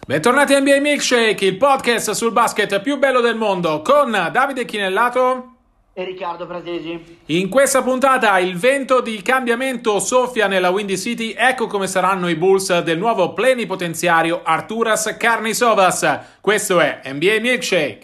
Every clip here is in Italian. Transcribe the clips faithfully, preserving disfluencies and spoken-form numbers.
Bentornati a N B A Milkshake, il podcast sul basket più bello del mondo, con Davide Chinellato e Riccardo Pratesi. In questa puntata il vento di cambiamento soffia nella Windy City. Ecco come saranno i Bulls del nuovo plenipotenziario Arturas Karnisovas. Questo è N B A Milkshake.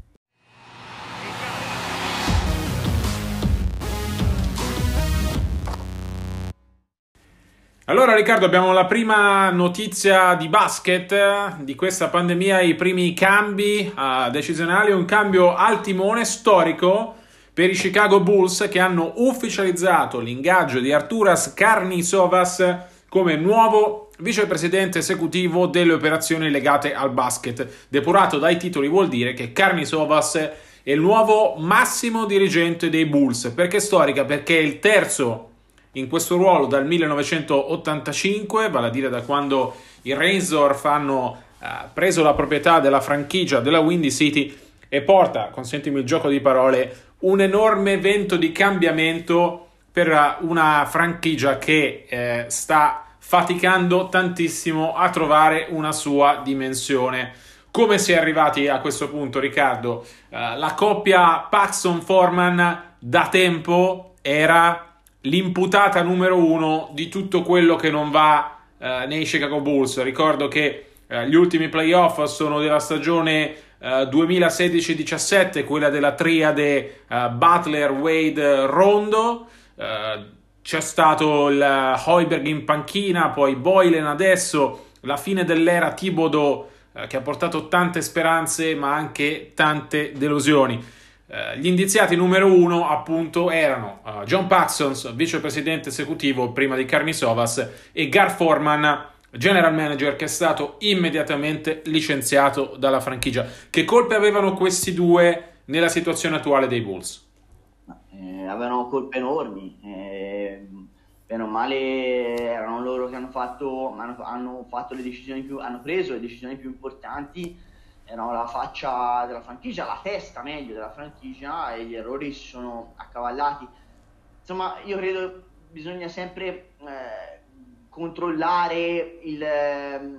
Allora Riccardo, abbiamo la prima notizia di basket di questa pandemia, i primi cambi uh, decisionali, un cambio al timone storico per i Chicago Bulls che hanno ufficializzato l'ingaggio di Arturas Karnisovas come nuovo vicepresidente esecutivo delle operazioni legate al basket. Depurato dai titoli vuol dire che Karnisovas è il nuovo massimo dirigente dei Bulls. Perché storica? Perché è il terzo in questo ruolo dal millenovecentottantacinque, vale a dire da quando i Reinsdorf hanno uh, preso la proprietà della franchigia della Windy City, e porta, consentimi il gioco di parole, un enorme vento di cambiamento per una franchigia che eh, sta faticando tantissimo a trovare una sua dimensione. Come si è arrivati a questo punto, Riccardo? Uh, la coppia Paxson-Foreman da tempo era l'imputata numero uno di tutto quello che non va uh, nei Chicago Bulls. Ricordo che uh, gli ultimi playoff sono della stagione uh, duemilasedici diciassette, quella della triade uh, Butler, Wade, Rondo. Uh, c'è stato il Hoiberg in panchina, poi Boylen adesso, la fine dell'era Thibodeau uh, che ha portato tante speranze ma anche tante delusioni. Uh, gli indiziati numero uno appunto erano uh, John Paxson, vicepresidente esecutivo prima di Karnisovas, e Gar Forman, general manager, che è stato immediatamente licenziato dalla franchigia. Che colpe avevano questi due nella situazione attuale dei Bulls? Eh, avevano colpe enormi, eh, bene o male erano loro che hanno fatto, hanno, hanno fatto le decisioni più, hanno preso le decisioni più importanti. Erano la faccia della franchigia, la testa meglio della franchigia, e gli errori si sono accavallati. Insomma, io credo bisogna sempre eh, controllare il, eh,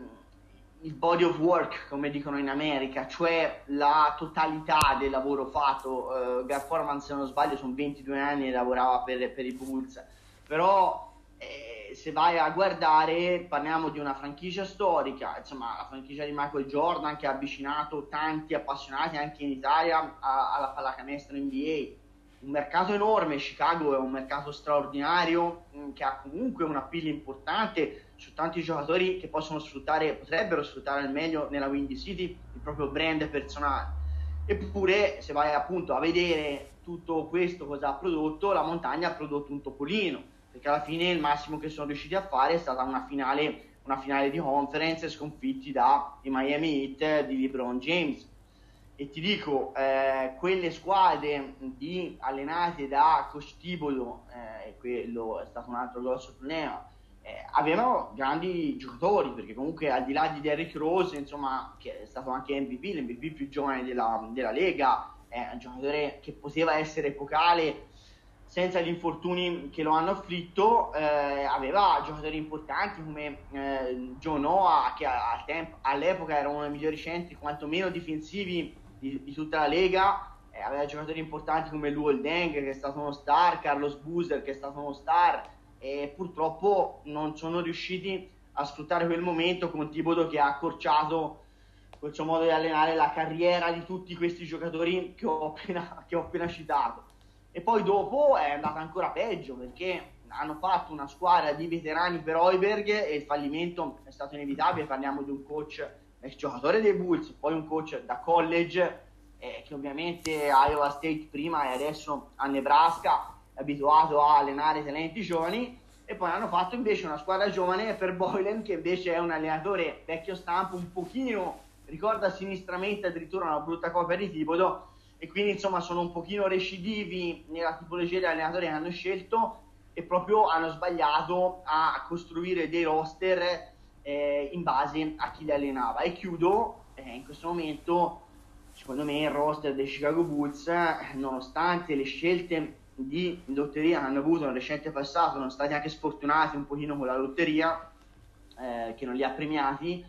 il body of work, come dicono in America, cioè la totalità del lavoro fatto. eh, Gar Forman, se non sbaglio, sono ventidue anni e lavorava per, per i Bulls, però eh, se vai a guardare, parliamo di una franchigia storica, insomma la franchigia di Michael Jordan, che ha avvicinato tanti appassionati anche in Italia a, alla pallacanestro N B A, un mercato enorme. Chicago è un mercato straordinario mh, che ha comunque un appeal importante su tanti giocatori che possono sfruttare, potrebbero sfruttare al meglio nella Windy City il proprio brand personale. Eppure, se vai appunto a vedere tutto questo cosa ha prodotto, la montagna ha prodotto un topolino, perché alla fine il massimo che sono riusciti a fare è stata una finale, una finale di conference sconfitti dai Miami Heat di LeBron James. E ti dico, eh, quelle squadre di allenate da Coach Thibodeau, eh, quello è stato un altro grosso problema, eh, avevano grandi giocatori, perché comunque al di là di Derrick Rose, insomma, che è stato anche M V P, l'M V P più giovane della, della Lega, è un giocatore che poteva essere epocale senza gli infortuni che lo hanno afflitto. eh, aveva giocatori importanti come eh, Joe Noah, che al tempo, all'epoca era uno dei migliori centri quantomeno difensivi di, di tutta la Lega. eh, aveva giocatori importanti come Luol Deng, che è stato uno star, Carlos Boozer, che è stato uno star, e purtroppo non sono riusciti a sfruttare quel momento con Thibodeau, che ha accorciato col suo modo di allenare la carriera di tutti questi giocatori che ho appena, che ho appena citato. E poi dopo è andata ancora peggio, perché hanno fatto una squadra di veterani per Hoiberg e il fallimento è stato inevitabile. Parliamo di un coach ex giocatore dei Bulls, poi un coach da college, eh, che ovviamente a Iowa State prima e adesso a Nebraska è abituato a allenare talenti giovani, e poi hanno fatto invece una squadra giovane per Boylen, che invece è un allenatore vecchio stampo, un pochino ricorda sinistramente addirittura una brutta copia di Thibodeau. E quindi insomma sono un pochino recidivi nella tipologia di allenatori che hanno scelto, e proprio hanno sbagliato a costruire dei roster eh, in base a chi li allenava. E chiudo, eh, in questo momento secondo me il roster dei Chicago Bulls, nonostante le scelte di lotteria che hanno avuto nel recente passato, sono stati anche sfortunati un pochino con la lotteria, eh, che non li ha premiati,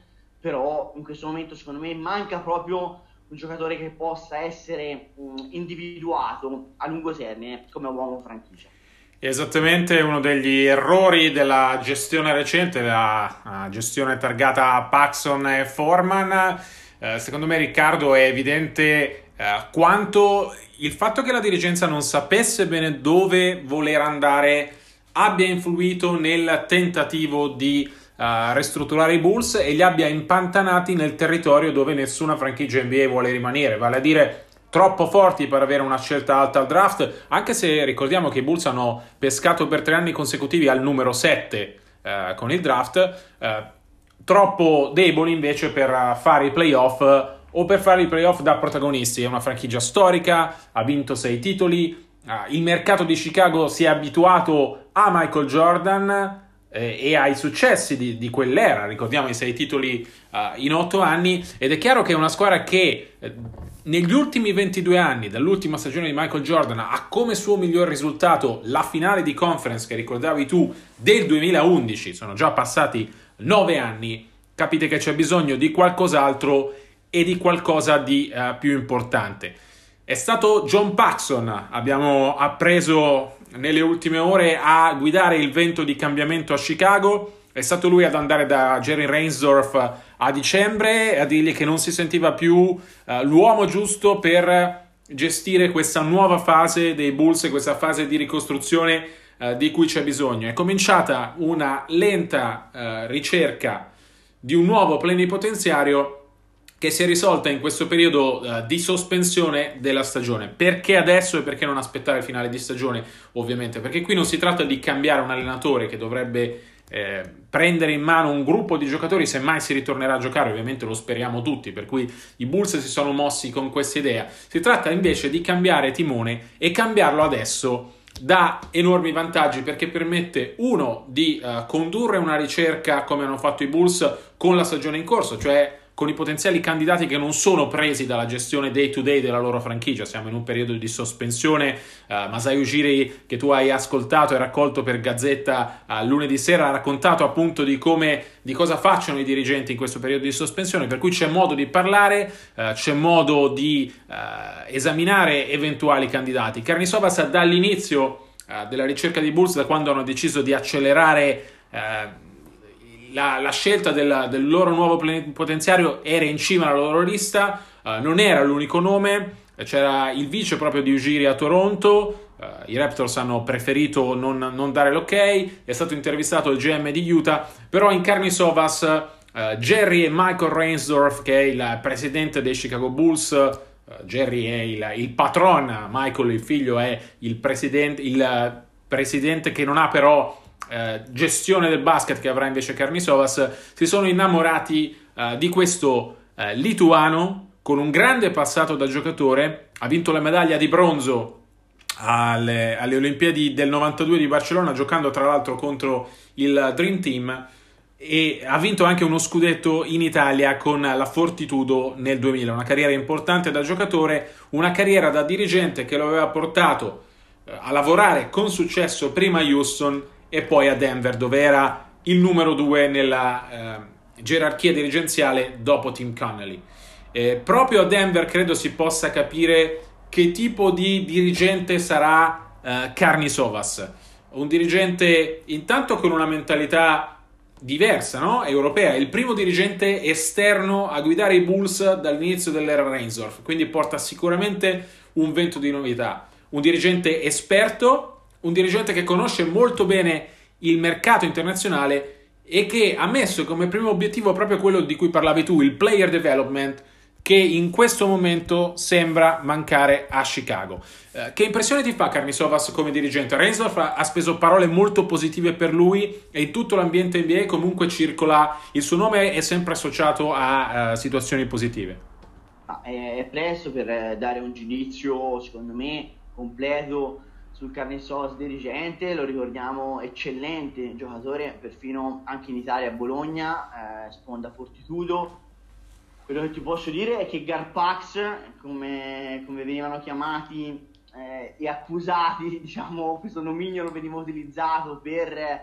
però in questo momento secondo me manca proprio un giocatore che possa essere mh, individuato a lungo termine come uomo franchigia. Esattamente uno degli errori della gestione recente, la gestione targata Paxson e Foreman. Eh, secondo me, Riccardo, è evidente eh, quanto il fatto che la dirigenza non sapesse bene dove voler andare abbia influito nel tentativo di uh, ristrutturare i Bulls e li abbia impantanati nel territorio dove nessuna franchigia N B A vuole rimanere, vale a dire troppo forti per avere una scelta alta al draft, anche se ricordiamo che i Bulls hanno pescato per tre anni consecutivi al numero sette eh, con il draft, eh, troppo deboli invece per fare i playoff o per fare i playoff da protagonisti. È una franchigia storica, ha vinto sei titoli, eh, il mercato di Chicago si è abituato a Michael Jordan eh, e ai successi di, di quell'era, ricordiamo i sei titoli eh, in otto anni, ed è chiaro che è una squadra che eh, negli ultimi ventidue anni, dall'ultima stagione di Michael Jordan, ha come suo miglior risultato la finale di conference che ricordavi tu del duemilaundici, sono già passati nove anni, capite che c'è bisogno di qualcos'altro e di qualcosa di uh, più importante. È stato John Paxson, abbiamo appreso nelle ultime ore, a guidare il vento di cambiamento a Chicago. È stato lui ad andare da Jerry Reinsdorf a dicembre a dirgli che non si sentiva più uh, l'uomo giusto per gestire questa nuova fase dei Bulls, questa fase di ricostruzione uh, di cui c'è bisogno. È cominciata una lenta uh, ricerca di un nuovo plenipotenziario che si è risolta in questo periodo uh, di sospensione della stagione. Perché adesso e perché non aspettare il finale di stagione? Ovviamente perché qui non si tratta di cambiare un allenatore che dovrebbe Eh, prendere in mano un gruppo di giocatori, se mai si ritornerà a giocare, ovviamente lo speriamo tutti, per cui i Bulls si sono mossi con questa idea. Si tratta invece di cambiare timone e cambiarlo adesso dà enormi vantaggi, perché permette, uno, di uh, condurre una ricerca come hanno fatto i Bulls con la stagione in corso, cioè con i potenziali candidati che non sono presi dalla gestione day to day della loro franchigia. Siamo in un periodo di sospensione. uh, Masai Ujiri, che tu hai ascoltato e raccolto per Gazzetta uh, lunedì sera, ha raccontato appunto di come, di cosa facciano i dirigenti in questo periodo di sospensione, per cui c'è modo di parlare, uh, c'è modo di uh, esaminare eventuali candidati. Karnisovas dall'inizio uh, della ricerca di Bulls, da quando hanno deciso di accelerare uh, La, la scelta del, del loro nuovo plenipotenziario, era in cima alla loro lista, uh, non era l'unico nome, c'era il vice proprio di Ujiri a Toronto, uh, i Raptors hanno preferito non, non dare l'ok, è stato intervistato il G M di Utah, però in Karnisovas uh, Jerry e Michael Reinsdorf, che è il presidente dei Chicago Bulls, uh, Jerry è il, il patron, Michael il figlio è il presidente, il presidente che non ha però Eh, gestione del basket, che avrà invece Karnisovas, si sono innamorati eh, di questo eh, lituano con un grande passato da giocatore. Ha vinto la medaglia di bronzo alle, alle Olimpiadi del novantadue di Barcellona, giocando tra l'altro contro il Dream Team, e ha vinto anche uno scudetto in Italia con la Fortitudo nel duemila. Una carriera importante da giocatore, una carriera da dirigente che lo aveva portato eh, a lavorare con successo prima a Houston e poi a Denver, dove era il numero due nella eh, gerarchia dirigenziale dopo Tim Connelly. Eh, proprio a Denver credo si possa capire che tipo di dirigente sarà eh, Karnisovas. Un dirigente intanto con una mentalità diversa, no? Europea. Il primo dirigente esterno a guidare i Bulls dall'inizio dell'era Reinsdorf, quindi porta sicuramente un vento di novità. Un dirigente esperto, un dirigente che conosce molto bene il mercato internazionale e che ha messo come primo obiettivo proprio quello di cui parlavi tu, il player development, che in questo momento sembra mancare a Chicago. Eh, che impressione ti fa Karnisovas come dirigente? Reinsdorf ha, ha speso parole molto positive per lui e in tutto l'ambiente N B A comunque circola, il suo nome è sempre associato a uh, situazioni positive. Ah, è presto per dare un giudizio, secondo me, completo sul Karnisovas dirigente. Lo ricordiamo eccellente giocatore, perfino anche in Italia a Bologna, eh, sponda Fortitudo. Quello che ti posso dire è che Garpax, come, come venivano chiamati eh, e accusati, diciamo, questo nomignolo veniva utilizzato per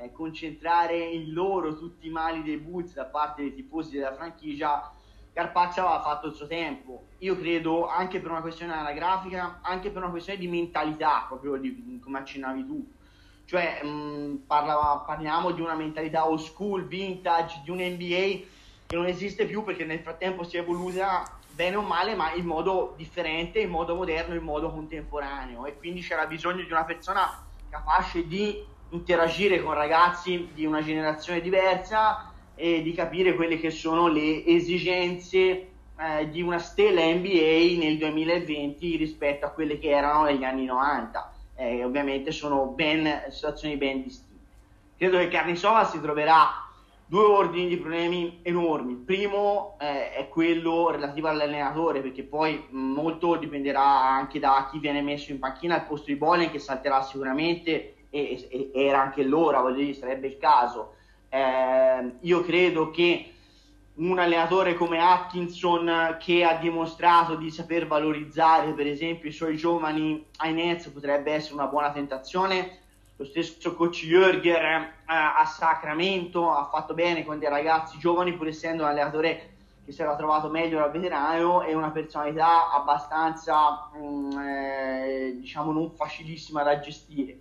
eh, concentrare in loro tutti i mali dei Bulls da parte dei tifosi della franchigia, Carpaccia aveva fatto il suo tempo. Io credo anche per una questione anagrafica, anche per una questione di mentalità, proprio di, come accennavi tu. Cioè mh, parla, parliamo di una mentalità old school, vintage, di un N B A che non esiste più perché nel frattempo si è evoluta bene o male, ma in modo differente, in modo moderno, in modo contemporaneo, e quindi c'era bisogno di una persona capace di interagire con ragazzi di una generazione diversa e di capire quelle che sono le esigenze eh, di una stella N B A nel duemilaventi rispetto a quelle che erano negli anni novanta. Eh, ovviamente sono ben situazioni ben distinte. Credo che Karnisovas si troverà due ordini di problemi enormi. Il primo eh, è quello relativo all'allenatore, perché poi molto dipenderà anche da chi viene messo in panchina al posto di Bolen, che salterà sicuramente, e, e era anche l'ora, voglio dire, sarebbe il caso. Eh, io credo che un allenatore come Atkinson, che ha dimostrato di saper valorizzare per esempio i suoi giovani ai Nets, potrebbe essere una buona tentazione. Lo stesso coach Jürger eh, a Sacramento ha fatto bene con dei ragazzi giovani, pur essendo un allenatore che si era trovato meglio da veterano e una personalità abbastanza mh, eh, diciamo non facilissima da gestire.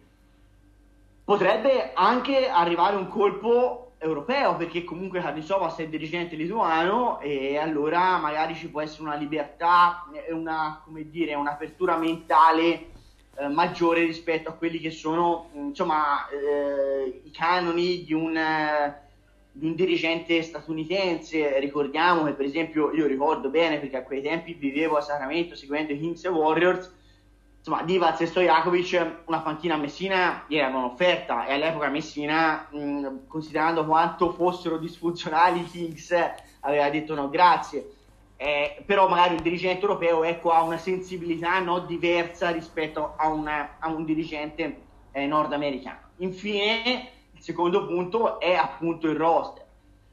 Potrebbe anche arrivare un colpo europeo, perché comunque Karnisovas è dirigente lituano, e allora magari ci può essere una libertà e una, come dire, un'apertura mentale eh, maggiore rispetto a quelli che sono insomma eh, i canoni di un, eh, di un dirigente statunitense. Ricordiamo che per esempio, io ricordo bene perché a quei tempi vivevo a Sacramento seguendo i Kings e Warriors, insomma Divac e Stojakovic una panchina a Messina gli avevano offerta, e all'epoca Messina, mh, considerando quanto fossero disfunzionali i Kings, aveva detto no grazie. Eh, però magari un dirigente europeo, ecco, ha una sensibilità no, diversa rispetto a, una, a un dirigente eh, nordamericano. Infine il secondo punto è appunto il roster.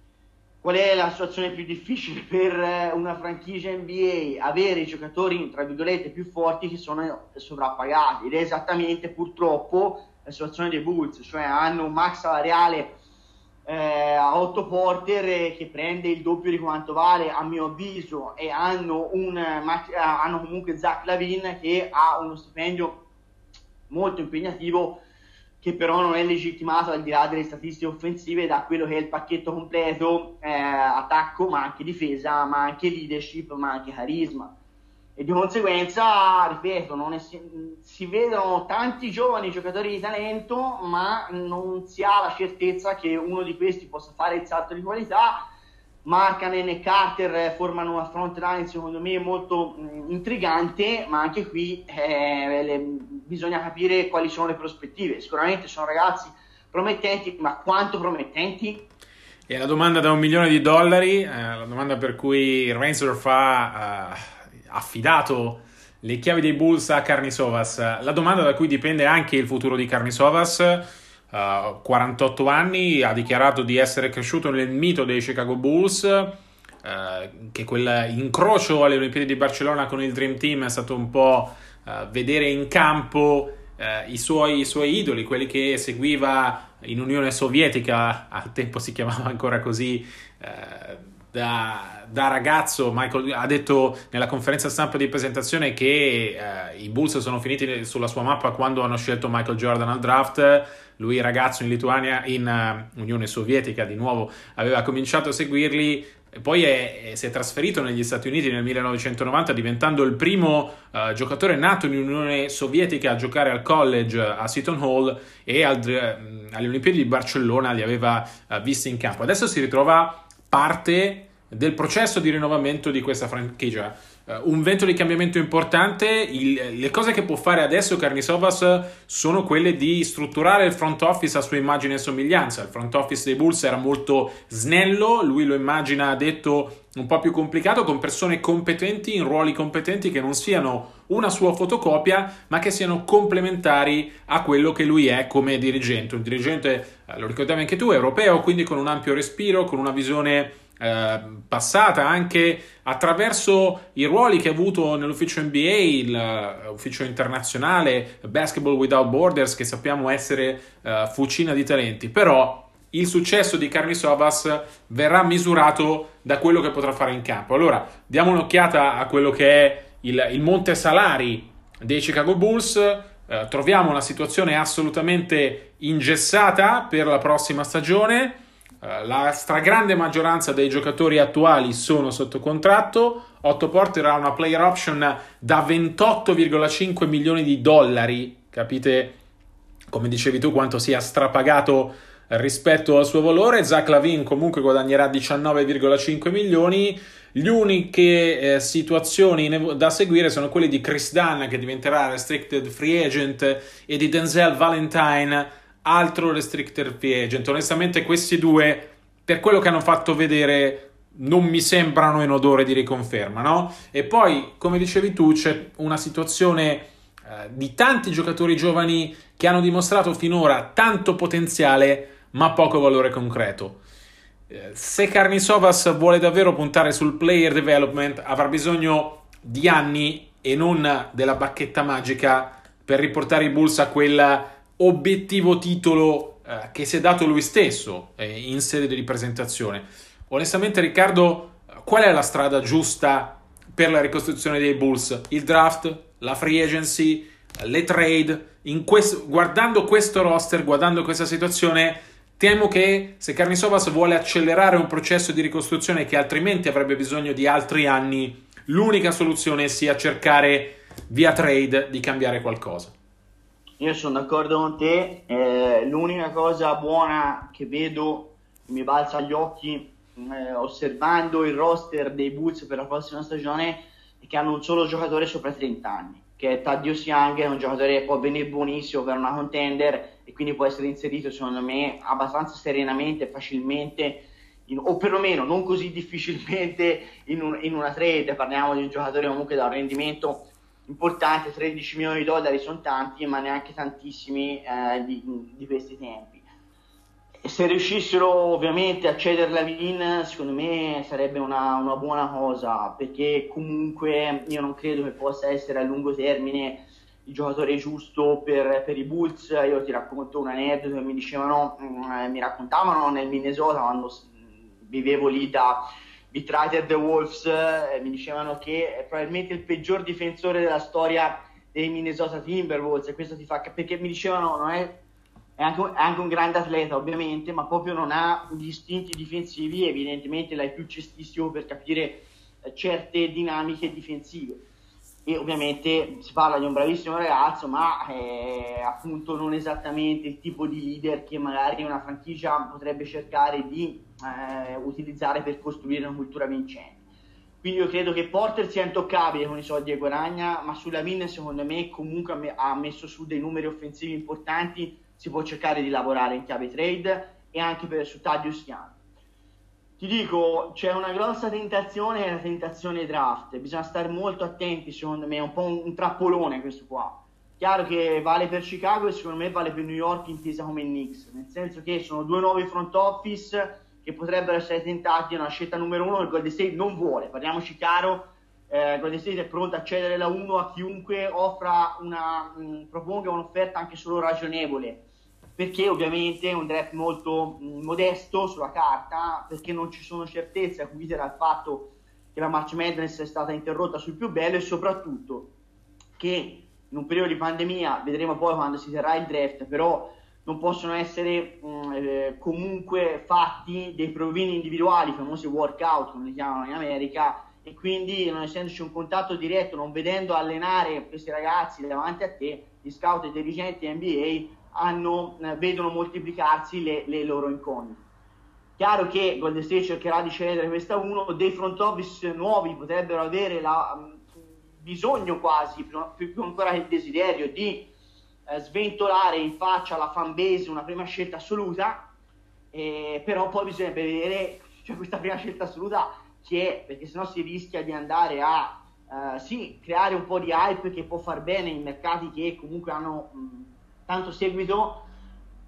Qual è la situazione più difficile per una franchigia N B A? Avere i giocatori tra virgolette più forti che sono sovrappagati, ed è esattamente purtroppo la situazione dei Bulls, cioè hanno un max salariale eh, a Otto Porter eh, che prende il doppio di quanto vale a mio avviso, e hanno, un, eh, hanno comunque Zach LaVine che ha uno stipendio molto impegnativo, che però non è legittimato al di là delle statistiche offensive da quello che è il pacchetto completo, eh, attacco ma anche difesa, ma anche leadership, ma anche carisma. E di conseguenza, ripeto, non è, si vedono tanti giovani giocatori di talento, ma non si ha la certezza che uno di questi possa fare il salto di qualità. Markkanen e Carter formano una front line secondo me molto mh, intrigante, ma anche qui eh, le, bisogna capire quali sono le prospettive. Sicuramente sono ragazzi promettenti, ma quanto promettenti? E la domanda da un milione di dollari, eh, la domanda per cui Reinsdorf ha eh, affidato le chiavi dei Bulls a Karnisovas, la domanda da cui dipende anche il futuro di Karnisovas. Uh, quarantotto anni, ha dichiarato di essere cresciuto nel mito dei Chicago Bulls, uh, che quel incrocio alle Olimpiadi di Barcellona con il Dream Team è stato un po' uh, vedere in campo uh, i, suoi, i suoi idoli, quelli che seguiva in Unione Sovietica, al tempo si chiamava ancora così, uh, da, da ragazzo. Michael ha detto nella conferenza stampa di presentazione che uh, i Bulls sono finiti sulla sua mappa quando hanno scelto Michael Jordan al draft. Lui ragazzo in Lituania, in uh, Unione Sovietica di nuovo, aveva cominciato a seguirli, e poi è, è, si è trasferito negli Stati Uniti nel millenovecentonovanta, diventando il primo uh, giocatore nato in Unione Sovietica a giocare al college a Seton Hall, e al, uh, alle Olimpiadi di Barcellona li aveva uh, visti in campo. Adesso si ritrova parte del processo di rinnovamento di questa franchigia. Uh, un vento di cambiamento importante. Il, le cose che può fare adesso Karnisovas sono quelle di strutturare il front office a sua immagine e somiglianza. Il front office dei Bulls era molto snello, lui lo immagina, ha detto, un po' più complicato, con persone competenti in ruoli competenti che non siano una sua fotocopia, ma che siano complementari a quello che lui è come dirigente. Un dirigente, eh, lo ricordavi anche tu, europeo, quindi con un ampio respiro, con una visione eh, passata, anche attraverso i ruoli che ha avuto nell'ufficio N B A, l'ufficio internazionale Basketball Without Borders, che sappiamo essere eh, fucina di talenti. Però il successo di Karnisovas verrà misurato da quello che potrà fare in campo. Allora, diamo un'occhiata a quello che è il, il monte salari dei Chicago Bulls. Eh, troviamo una situazione assolutamente ingessata per la prossima stagione. Eh, la stragrande maggioranza dei giocatori attuali sono sotto contratto. Otto Porter ha una player option da ventotto virgola cinque milioni di dollari. Capite, come dicevi tu, quanto sia strapagato rispetto al suo valore. Zach LaVine comunque guadagnerà diciannove virgola cinque milioni. Le uniche eh, situazioni da seguire sono quelle di Chris Dunn, che diventerà restricted free agent, e di Denzel Valentine, altro restricted free agent. Onestamente questi due, per quello che hanno fatto vedere, non mi sembrano in odore di riconferma, no? E poi, come dicevi tu, c'è una situazione eh, di tanti giocatori giovani che hanno dimostrato finora tanto potenziale ma poco valore concreto. Se Karnisovas vuole davvero puntare sul player development, avrà bisogno di anni e non della bacchetta magica per riportare i Bulls a quel obiettivo titolo eh, che si è dato lui stesso eh, in sede di presentazione. Onestamente, Riccardo, qual è la strada giusta per la ricostruzione dei Bulls? Il draft, la free agency, le trade? In questo, guardando questo roster, guardando questa situazione, temo che se Karnisovas vuole accelerare un processo di ricostruzione che altrimenti avrebbe bisogno di altri anni, l'unica soluzione sia cercare via trade di cambiare qualcosa. Io sono d'accordo con te, eh, l'unica cosa buona che vedo, che mi balza agli occhi eh, osservando il roster dei Bulls per la prossima stagione, è che hanno un solo giocatore sopra i trenta anni, che è Thaddeus Young. È un giocatore che può venire buonissimo per una contender e quindi può essere inserito, secondo me, abbastanza serenamente e facilmente, in, o perlomeno non così difficilmente in, un, in una trade. Parliamo di un giocatore comunque da un rendimento importante. Tredici milioni di dollari sono tanti, ma neanche tantissimi eh, di, di questi tempi. E se riuscissero ovviamente a cedere LaVine, secondo me sarebbe una, una buona cosa, perché comunque io non credo che possa essere a lungo termine il giocatore giusto per, per i Bulls. Io ti racconto un aneddoto che mi dicevano, eh, mi raccontavano nel Minnesota quando vivevo lì da beat writer The Wolves, eh, mi dicevano che è probabilmente il peggior difensore della storia dei Minnesota Timberwolves, e questo ti fa capire, perché mi dicevano non è È anche, è anche un grande atleta ovviamente, ma proprio non ha gli istinti difensivi. Evidentemente l'hai più cestissimo per capire eh, certe dinamiche difensive, e ovviamente si parla di un bravissimo ragazzo, ma è appunto non esattamente il tipo di leader che magari una franchigia potrebbe cercare di eh, utilizzare per costruire una cultura vincente. Quindi io credo che Porter sia intoccabile con i soldi che guadagna, ma sulla Min secondo me comunque ha messo su dei numeri offensivi importanti. Si può cercare di lavorare in chiave trade e anche per, su Thaddeus Young. Ti dico, c'è una grossa tentazione, è la tentazione draft. Bisogna stare molto attenti, secondo me, è un po' un, un trappolone questo qua. Chiaro che vale per Chicago e secondo me vale per New York intesa come Knicks, nel senso che sono due nuovi front office che potrebbero essere tentati. È una scelta numero uno che Golden State non vuole, parliamoci chiaro. eh, Golden State è pronta a cedere la uno a chiunque offra una, mh, proponga un'offerta anche solo ragionevole, perché ovviamente è un draft molto mh, modesto sulla carta, perché non ci sono certezze, acuite dal fatto che la March Madness è stata interrotta sul più bello, e soprattutto che in un periodo di pandemia, vedremo poi quando si terrà il draft, però non possono essere mh, eh, comunque fatti dei provini individuali, i famosi workout come li chiamano in America, e quindi non essendoci un contatto diretto, non vedendo allenare questi ragazzi davanti a te, gli scout e dirigenti N B A Hanno, eh, vedono moltiplicarsi le, le loro incognite. Chiaro che Golden State cercherà di cedere questa uno, dei front office nuovi potrebbero avere la, um, bisogno quasi, più, più, più ancora che il desiderio di eh, sventolare in faccia alla fanbase una prima scelta assoluta, eh, però poi bisognerebbe vedere, cioè, questa prima scelta assoluta chi è, perché sennò si rischia di andare a uh, sì, creare un po' di hype che può far bene in mercati che comunque hanno mh, tanto seguito,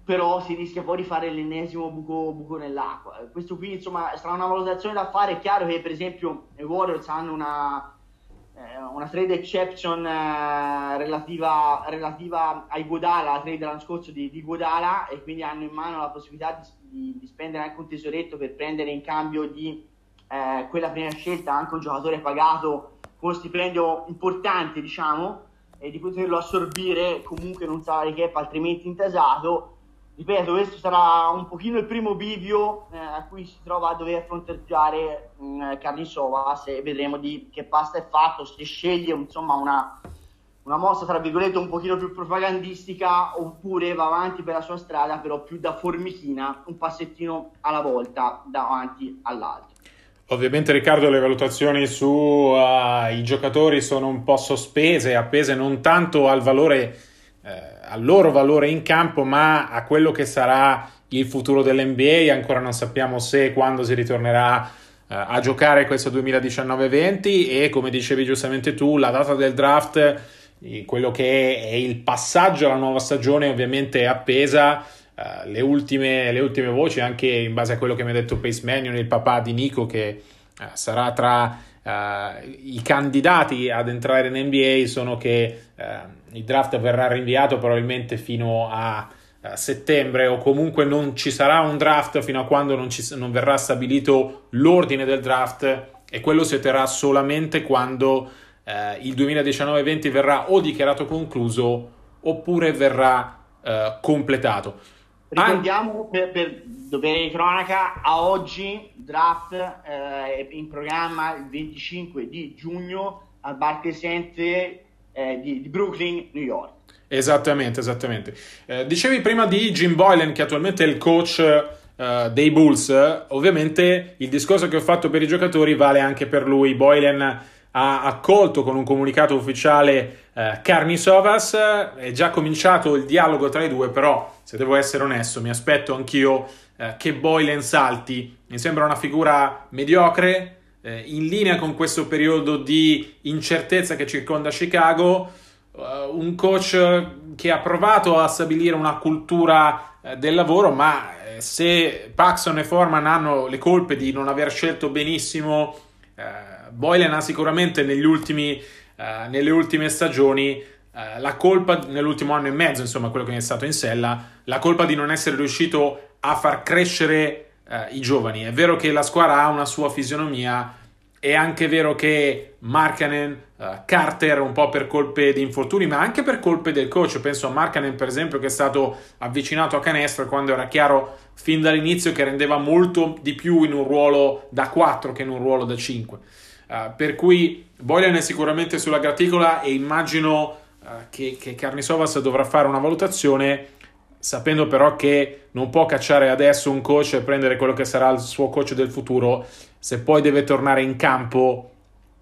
però si rischia poi di fare l'ennesimo buco, buco nell'acqua. Questo qui insomma sarà una valutazione da fare. È chiaro che per esempio i Warriors hanno una, eh, una trade exception eh, relativa, relativa ai Iguodala, la trade dell'anno scorso di, di Iguodala, e quindi hanno in mano la possibilità di, di, di spendere anche un tesoretto per prendere in cambio di eh, quella prima scelta anche un giocatore pagato con uno stipendio importante, diciamo, e di poterlo assorbire comunque in un salary cap altrimenti intasato. Ripeto, questo sarà un pochino il primo bivio eh, a cui si trova a dover fronteggiare mh, Karnisovas, e vedremo di che pasta è fatto, se sceglie insomma una, una mossa tra virgolette un pochino più propagandistica oppure va avanti per la sua strada però più da formichina, un passettino alla volta davanti all'altro. Ovviamente Riccardo, le valutazioni sui uh, giocatori sono un po' sospese, appese non tanto al valore eh, al loro valore in campo, ma a quello che sarà il futuro dell'N B A. Ancora non sappiamo se e quando si ritornerà eh, a giocare questo duemiladiciannove venti, e come dicevi giustamente tu, la data del draft, quello che è il passaggio alla nuova stagione, ovviamente è appesa. Uh, le, ultime, le ultime voci, anche in base a quello che mi ha detto Pace Mannion, il papà di Nico, che uh, sarà tra uh, i candidati ad entrare in N B A, sono che uh, il draft verrà rinviato probabilmente fino a uh, settembre, o comunque non ci sarà un draft fino a quando non, ci, non verrà stabilito l'ordine del draft, e quello si otterrà solamente quando uh, il duemiladiciannove venti verrà o dichiarato concluso oppure verrà uh, completato. Ricordiamo per, per dovere di cronaca, a oggi draft eh, è in programma il venticinque di giugno al Barclays Center eh, di, di Brooklyn, New York. Esattamente, esattamente. Eh, dicevi prima di Jim Boylen, che attualmente è il coach eh, dei Bulls. Ovviamente il discorso che ho fatto per i giocatori vale anche per lui. Boylen ha accolto con un comunicato ufficiale eh, Karnisovas, è già cominciato il dialogo tra i due, però se devo essere onesto mi aspetto anch'io eh, che Boylen salti. Mi sembra una figura mediocre, eh, in linea con questo periodo di incertezza che circonda Chicago, eh, un coach che ha provato a stabilire una cultura eh, del lavoro, ma eh, se Paxson e Foreman hanno le colpe di non aver scelto benissimo, eh, Boylen ha sicuramente negli ultimi, uh, nelle ultime stagioni uh, la colpa, nell'ultimo anno e mezzo, insomma, quello che è stato in sella, la colpa di non essere riuscito a far crescere uh, i giovani. È vero che la squadra ha una sua fisionomia, è anche vero che Markkanen, uh, Carter, un po' per colpe di infortuni, ma anche per colpe del coach. Penso a Markkanen, per esempio, che è stato avvicinato a canestro quando era chiaro fin dall'inizio che rendeva molto di più in un ruolo da quattro che in un ruolo da cinque. Uh, per cui Boylen è sicuramente sulla graticola, e immagino uh, che, che Karnisovas dovrà fare una valutazione, sapendo però che non può cacciare adesso un coach e prendere quello che sarà il suo coach del futuro, se poi deve tornare in campo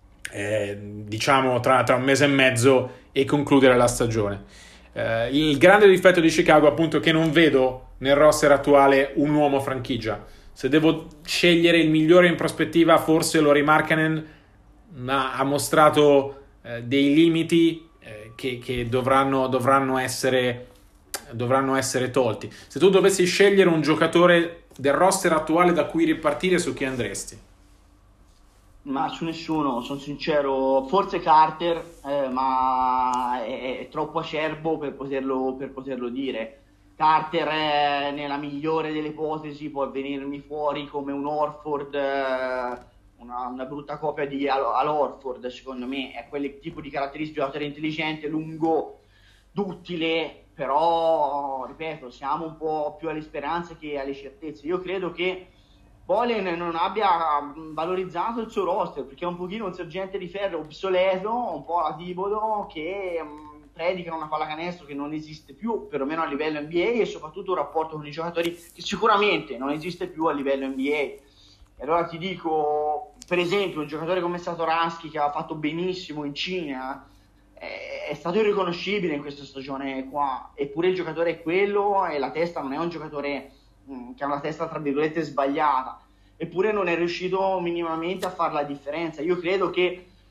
eh, diciamo tra, tra un mese e mezzo e concludere la stagione. Uh, il grande difetto di Chicago, appunto, è che non vedo nel roster attuale un uomo franchigia. Se devo scegliere il migliore in prospettiva, forse Lauri Markkanen, ma ha mostrato eh, dei limiti eh, che, che dovranno, dovranno, essere, dovranno essere tolti. Se tu dovessi scegliere un giocatore del roster attuale da cui ripartire, su chi andresti? Ma su nessuno, sono sincero. Forse Carter, eh, ma è, è troppo acerbo per poterlo, per poterlo dire. Carter è, nella migliore delle ipotesi, può venirmi fuori come un Horford, eh, Una, una brutta copia di Al, Al Horford. Secondo me è quel tipo di caratteristiche, giocatore intelligente, lungo, duttile, però ripeto, siamo un po' più alle speranze che alle certezze. Io credo che Boylen non abbia valorizzato il suo roster, perché è un pochino un sergente di ferro obsoleto, un po' la Thibodeau, che mh, predica una pallacanestro che non esiste più, perlomeno a livello N B A, e soprattutto un rapporto con i giocatori che sicuramente non esiste più a livello N B A. E allora ti dico, per esempio, un giocatore come Satoransky, che ha fatto benissimo in Cina, è stato irriconoscibile in questa stagione qua, eppure il giocatore è quello, e la testa non è un giocatore mh, che ha una testa tra virgolette sbagliata, eppure non è riuscito minimamente a fare la differenza. Io credo che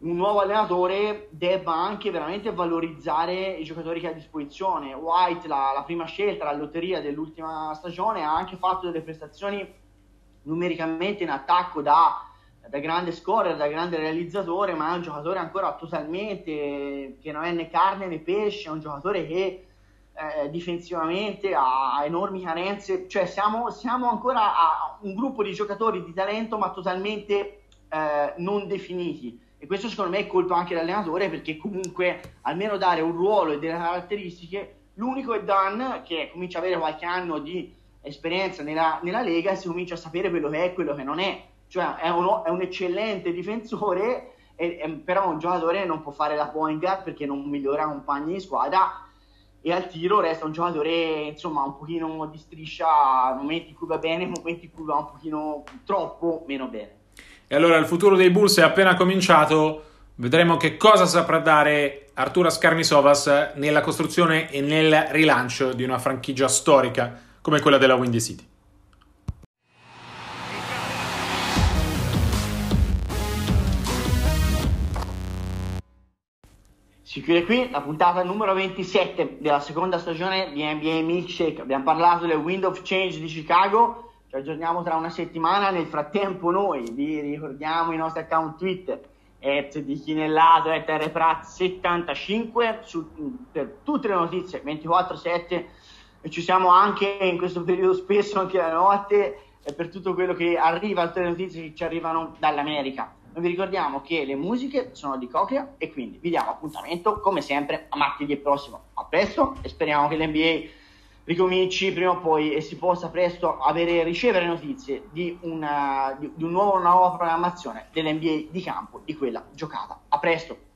un nuovo allenatore debba anche veramente valorizzare i giocatori che ha a disposizione. White, la, la prima scelta, la lotteria dell'ultima stagione, ha anche fatto delle prestazioni numericamente in attacco da, da grande scorer, da grande realizzatore, ma è un giocatore ancora totalmente che non è né carne né pesce, è un giocatore che eh, difensivamente ha enormi carenze, cioè siamo, siamo ancora a un gruppo di giocatori di talento ma totalmente eh, non definiti. E questo secondo me è colpa anche dell'allenatore, perché comunque almeno dare un ruolo e delle caratteristiche. L'unico è Dan, che comincia a avere qualche anno di esperienza nella, nella Lega e si comincia a sapere quello che è e quello che non è. Cioè è, uno, è un eccellente difensore, e, e, però un giocatore non può fare la point guard perché non migliora compagni di squadra, e al tiro resta un giocatore insomma un pochino di striscia, momenti in cui va bene, momenti in cui va un pochino troppo meno bene. E allora il futuro dei Bulls è appena cominciato, vedremo che cosa saprà dare Arturas Karnisovas nella costruzione e nel rilancio di una franchigia storica come quella della Windy City. Si chiude qui la puntata numero ventisette della seconda stagione di N B A Milkshake. Abbiamo parlato del Wind of Change di Chicago. Ci aggiorniamo tra una settimana. Nel frattempo noi vi ricordiamo i nostri account Twitter at di Chinellato at rprat settantacinque su, per tutte le notizie ventiquattro sette, e ci siamo anche in questo periodo spesso anche la notte, e per tutto quello che arriva, tutte le notizie che ci arrivano dall'America. Noi vi ricordiamo che le musiche sono di Coclea e quindi vi diamo appuntamento come sempre a martedì prossimo. A presto, e speriamo che l'N B A ricominci prima o poi e si possa presto avere, ricevere notizie di una, di, di un nuovo, una nuova programmazione dell'N B A di campo, di quella giocata. A presto!